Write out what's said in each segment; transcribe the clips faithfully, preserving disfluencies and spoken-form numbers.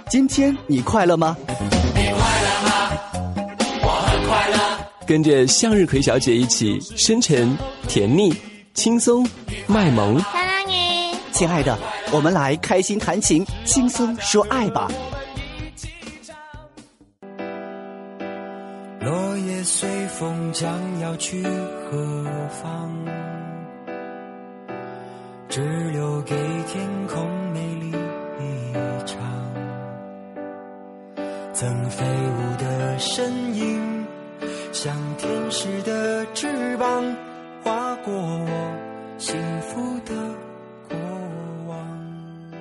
今天你快乐吗？ 你快乐吗？我很快乐。 跟着向日葵小姐一起深沉、甜蜜、轻松、卖萌。 漂亮女， 亲爱的，我们来开心弹琴，轻松说爱吧。 落叶随风将要去何方？只留给天空美丽一场。曾飞舞的身影，像天使的翅膀，划过我幸福的过往。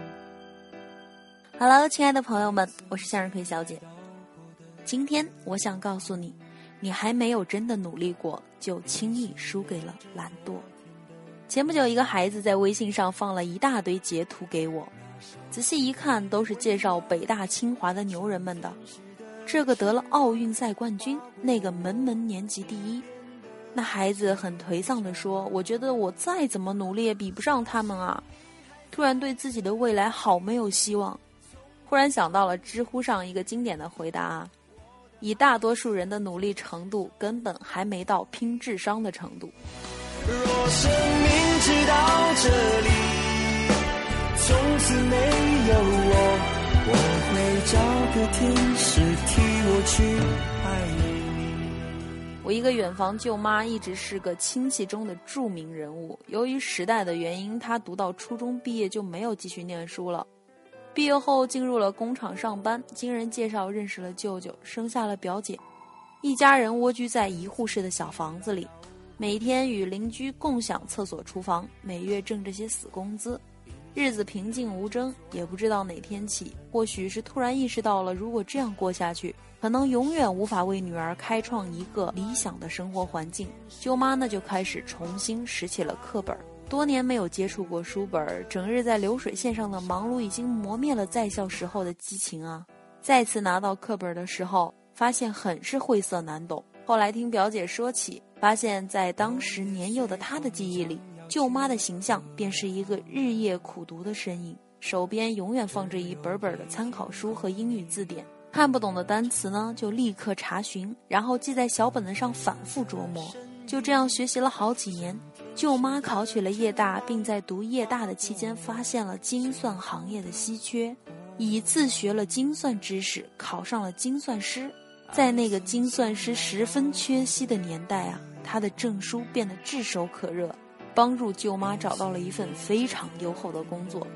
Hello， 亲爱的朋友们，我是向日葵小姐。今天我想告诉你，你还没有真的努力过，就轻易输给了懒惰。前不久，一个孩子在微信上放了一大堆截图给我，仔细一看，都是介绍北大清华的牛人们的。这个得了奥运赛冠军，那个门门年级第一。那孩子很颓丧地说，我觉得我再怎么努力也比不上他们啊。突然对自己的未来好没有希望。忽然想到了知乎上一个经典的回答啊，以大多数人的努力程度，根本还没到拼智商的程度。 若生命直到这里，从此没有我，我会找个天使替我去爱你。 我一个远房舅妈一直是个亲戚中的著名人物，由于时代的原因，她读到初中毕业就没有继续念书了。毕业后进入了工厂上班，经人介绍认识了舅舅，生下了表姐，一家人蜗居在一户式的小房子里，每天与邻居共享厕所厨房，每月挣这些死工资，日子平静无争。也不知道哪天起，或许是突然意识到了，如果这样过下去，可能永远无法为女儿开创一个理想的生活环境。舅妈呢就开始重新拾起了课本，多年没有接触过书本，整日在流水线上的忙碌已经磨灭了在校时候的激情啊。再次拿到课本的时候，发现很是晦涩难懂。后来听表姐说起，发现在当时年幼的她的记忆里，舅妈的形象便是一个日夜苦读的身影，手边永远放着一本本的参考书和英语字典，看不懂的单词呢就立刻查询，然后记在小本子上反复琢磨。就这样学习了好几年，舅妈考取了夜大，并在读夜大的期间发现了精算行业的稀缺，以自学了精算知识，考上了精算师。在那个精算师十分缺席的年代啊，他的证书变得炙手可热，帮助舅妈找到了一份非常优厚的工作。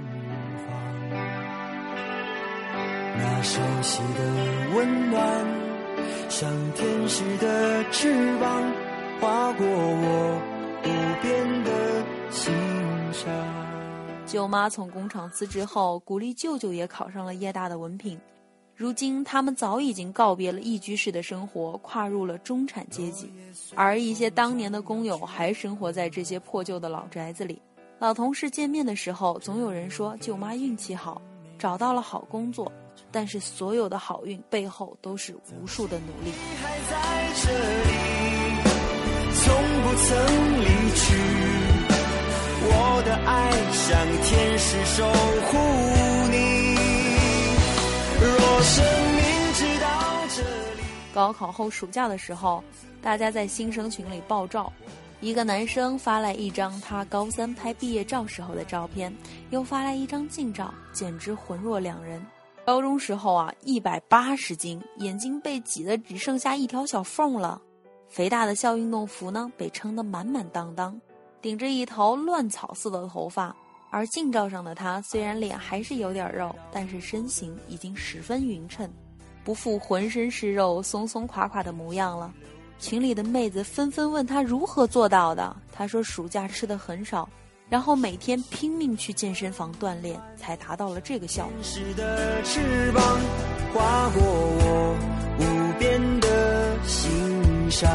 那熟悉的温暖，像天使的翅膀，划过我无边的心上。 舅妈从工厂辞职后，鼓励舅舅也考上了夜大的文凭。如今他们早已经告别了一居室的生活，跨入了中产阶级，而一些当年的工友还生活在这些破旧的老宅子里。老同事见面的时候，总有人说舅妈运气好，找到了好工作，但是所有的好运背后都是无数的努力。 你还在这里，从不曾离去，我的爱像天使守护你。若生命直到这里。 高考后暑假的时候，大家在新生群里爆照，一个男生发来一张他高三拍毕业照时候的照片，又发来一张近照，简直浑若两人。高中时候啊，一百八十斤，眼睛被挤得只剩下一条小缝了，肥大的校运动服呢被撑得满满当当，顶着一头乱草似的头发。而近照上的他虽然脸还是有点肉，但是身形已经十分匀称，不复浑身是肉松松垮垮的模样了。群里的妹子纷纷问他如何做到的，他说暑假吃的很少，然后每天拼命去健身房锻炼，才达到了这个效果。 天使的翅膀划过我无边的心上，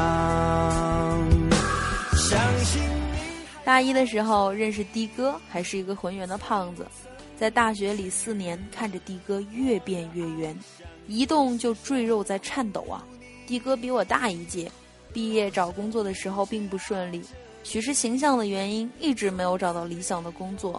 相信大一的时候认识的哥，还是一个浑圆的胖子，在大学里四年，看着的哥越变越圆，一动就赘肉在颤抖啊。的哥比我大一届，毕业找工作的时候并不顺利，许是形象的原因，一直没有找到理想的工作。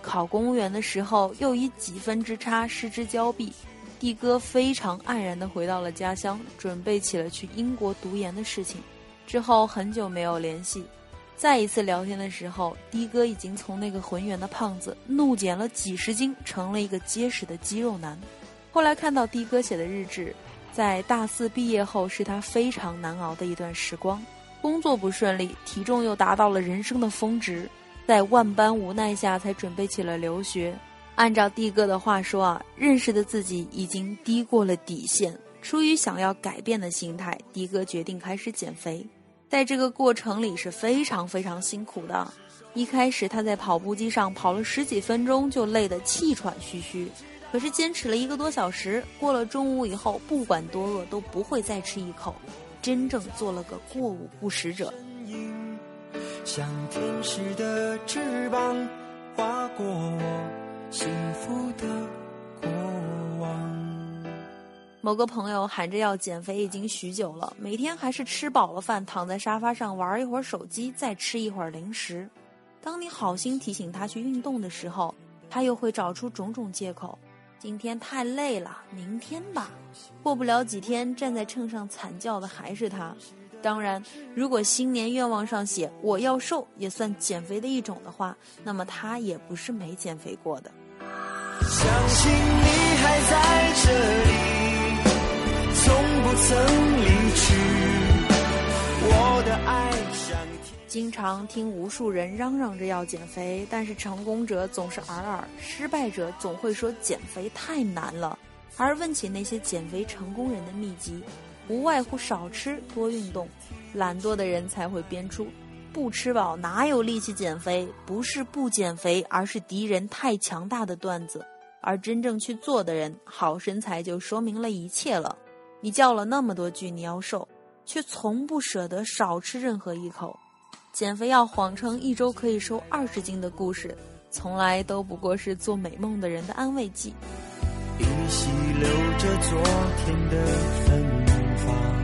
考公务员的时候又以几分之差失之交臂，的哥非常黯然地回到了家乡，准备起了去英国读研的事情。之后很久没有联系，再一次聊天的时候，的哥已经从那个浑圆的胖子怒减了几十斤，成了一个结实的肌肉男。后来看到的哥写的日志，在大四毕业后是他非常难熬的一段时光，工作不顺利，体重又达到了人生的峰值，在万般无奈下才准备起了留学。按照的哥的话说啊，认识的自己已经低过了底线，出于想要改变的心态，的哥决定开始减肥。在这个过程里是非常非常辛苦的，一开始他在跑步机上跑了十几分钟就累得气喘吁吁，可是坚持了一个多小时，过了中午以后不管多饿都不会再吃一口，真正做了个过午不食者。 像天使的翅膀划过我幸福的过往。 某个朋友喊着要减肥已经许久了，每天还是吃饱了饭躺在沙发上玩一会儿手机，再吃一会儿零食。当你好心提醒他去运动的时候，他又会找出种种借口，今天太累了，明天吧。过不了几天，站在秤上惨叫的还是他。当然，如果新年愿望上写我要瘦也算减肥的一种的话，那么他也不是没减肥过的。 相信你还在这里，从不曾离去，我的爱像天。 经常听无数人嚷嚷着要减肥，但是成功者总是尔尔，失败者总会说减肥太难了。而问起那些减肥成功人的秘籍，无外乎少吃多运动，懒惰的人才会编出不吃饱哪有力气减肥，不是不减肥，而是敌人太强大的段子。而真正去做的人，好身材就说明了一切了。你叫了那么多句你要瘦，却从不舍得少吃任何一口。减肥要谎称一周可以瘦二十斤的故事，从来都不过是做美梦的人的安慰剂。 依稀留着昨天的芬芳，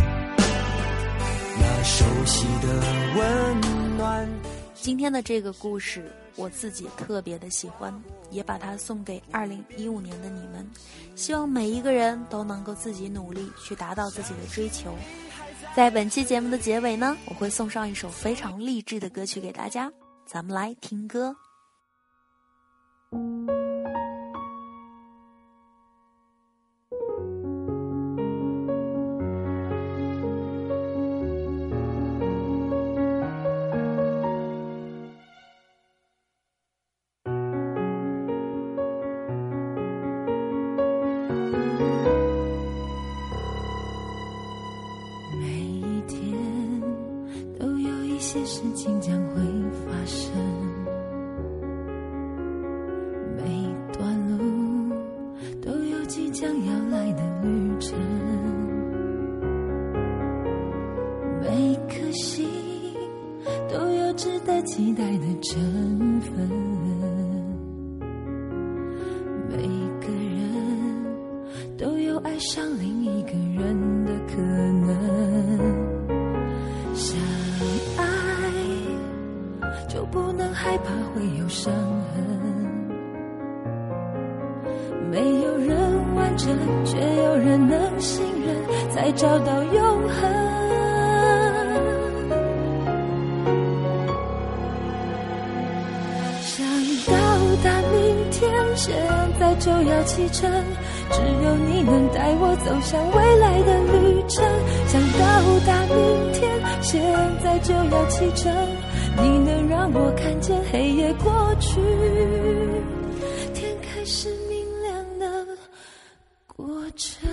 那熟悉的温暖。 今天的这个故事我自己特别的喜欢，也把它送给二零一五年的你们，希望每一个人都能够自己努力去达到自己的追求。在本期节目的结尾呢，我会送上一首非常励志的歌曲给大家，咱们来听歌。 事情将会发生，每段路都有即将要来的旅程，每颗心都有值得期待的成分，每个人都有爱上另一个人的可能。相爱就不能害怕会有伤痕，没有人完整，却有人能信任，才找到永恒。想到达明天，现在就要启程，只有你能带我走向未来的旅程。想到达明天，现在就要启程，你能让我看见黑夜过去，天开始明亮的过程。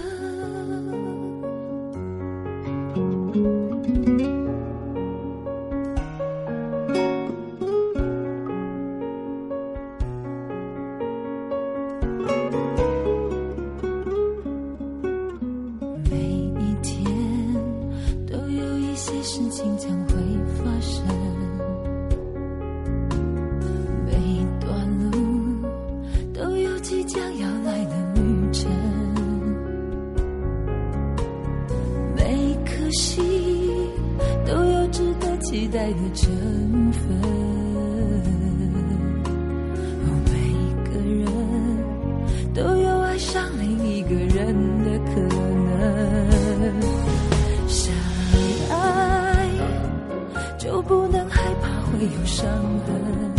事情将会发生，每段路都有即将要来的旅程，每颗心都有值得期待的成分， 爱上另一个人的可能。相爱就不能害怕会有伤痕，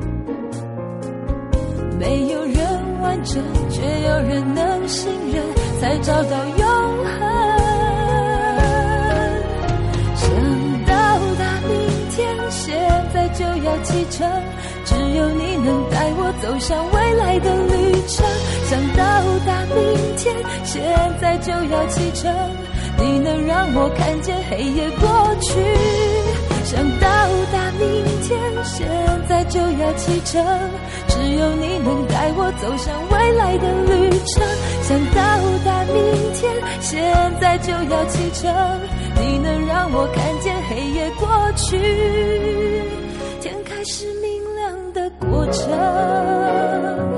没有人完整，却有人能信任，才找到永恒。想到达明天，现在就要启程，只有你能带我走向未来的旅程。想到达明天，现在就要启程，你能让我看见黑夜过去。想到达明天，现在就要启程，只有你能带我走向未来的旅程。想到达明天，现在就要启程，你能让我看见黑夜过去，天开始明亮的过程。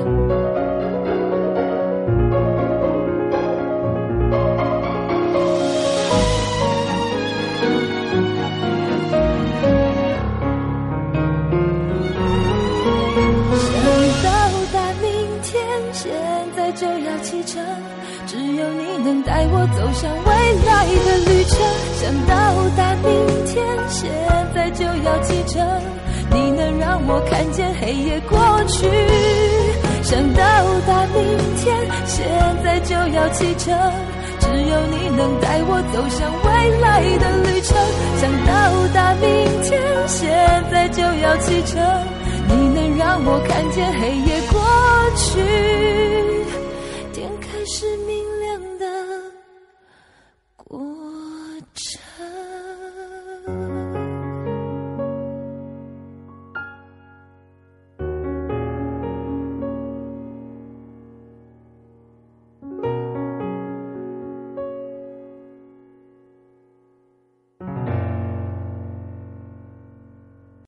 就要启程，只有你能带我走向未来的旅程。想到达明天，现在就要启程，你能让我看见黑夜过去。想到达明天，现在就要启程，只有你能带我走向未来的旅程。想到达明天，现在就要启程，你能让我看见黑夜过去。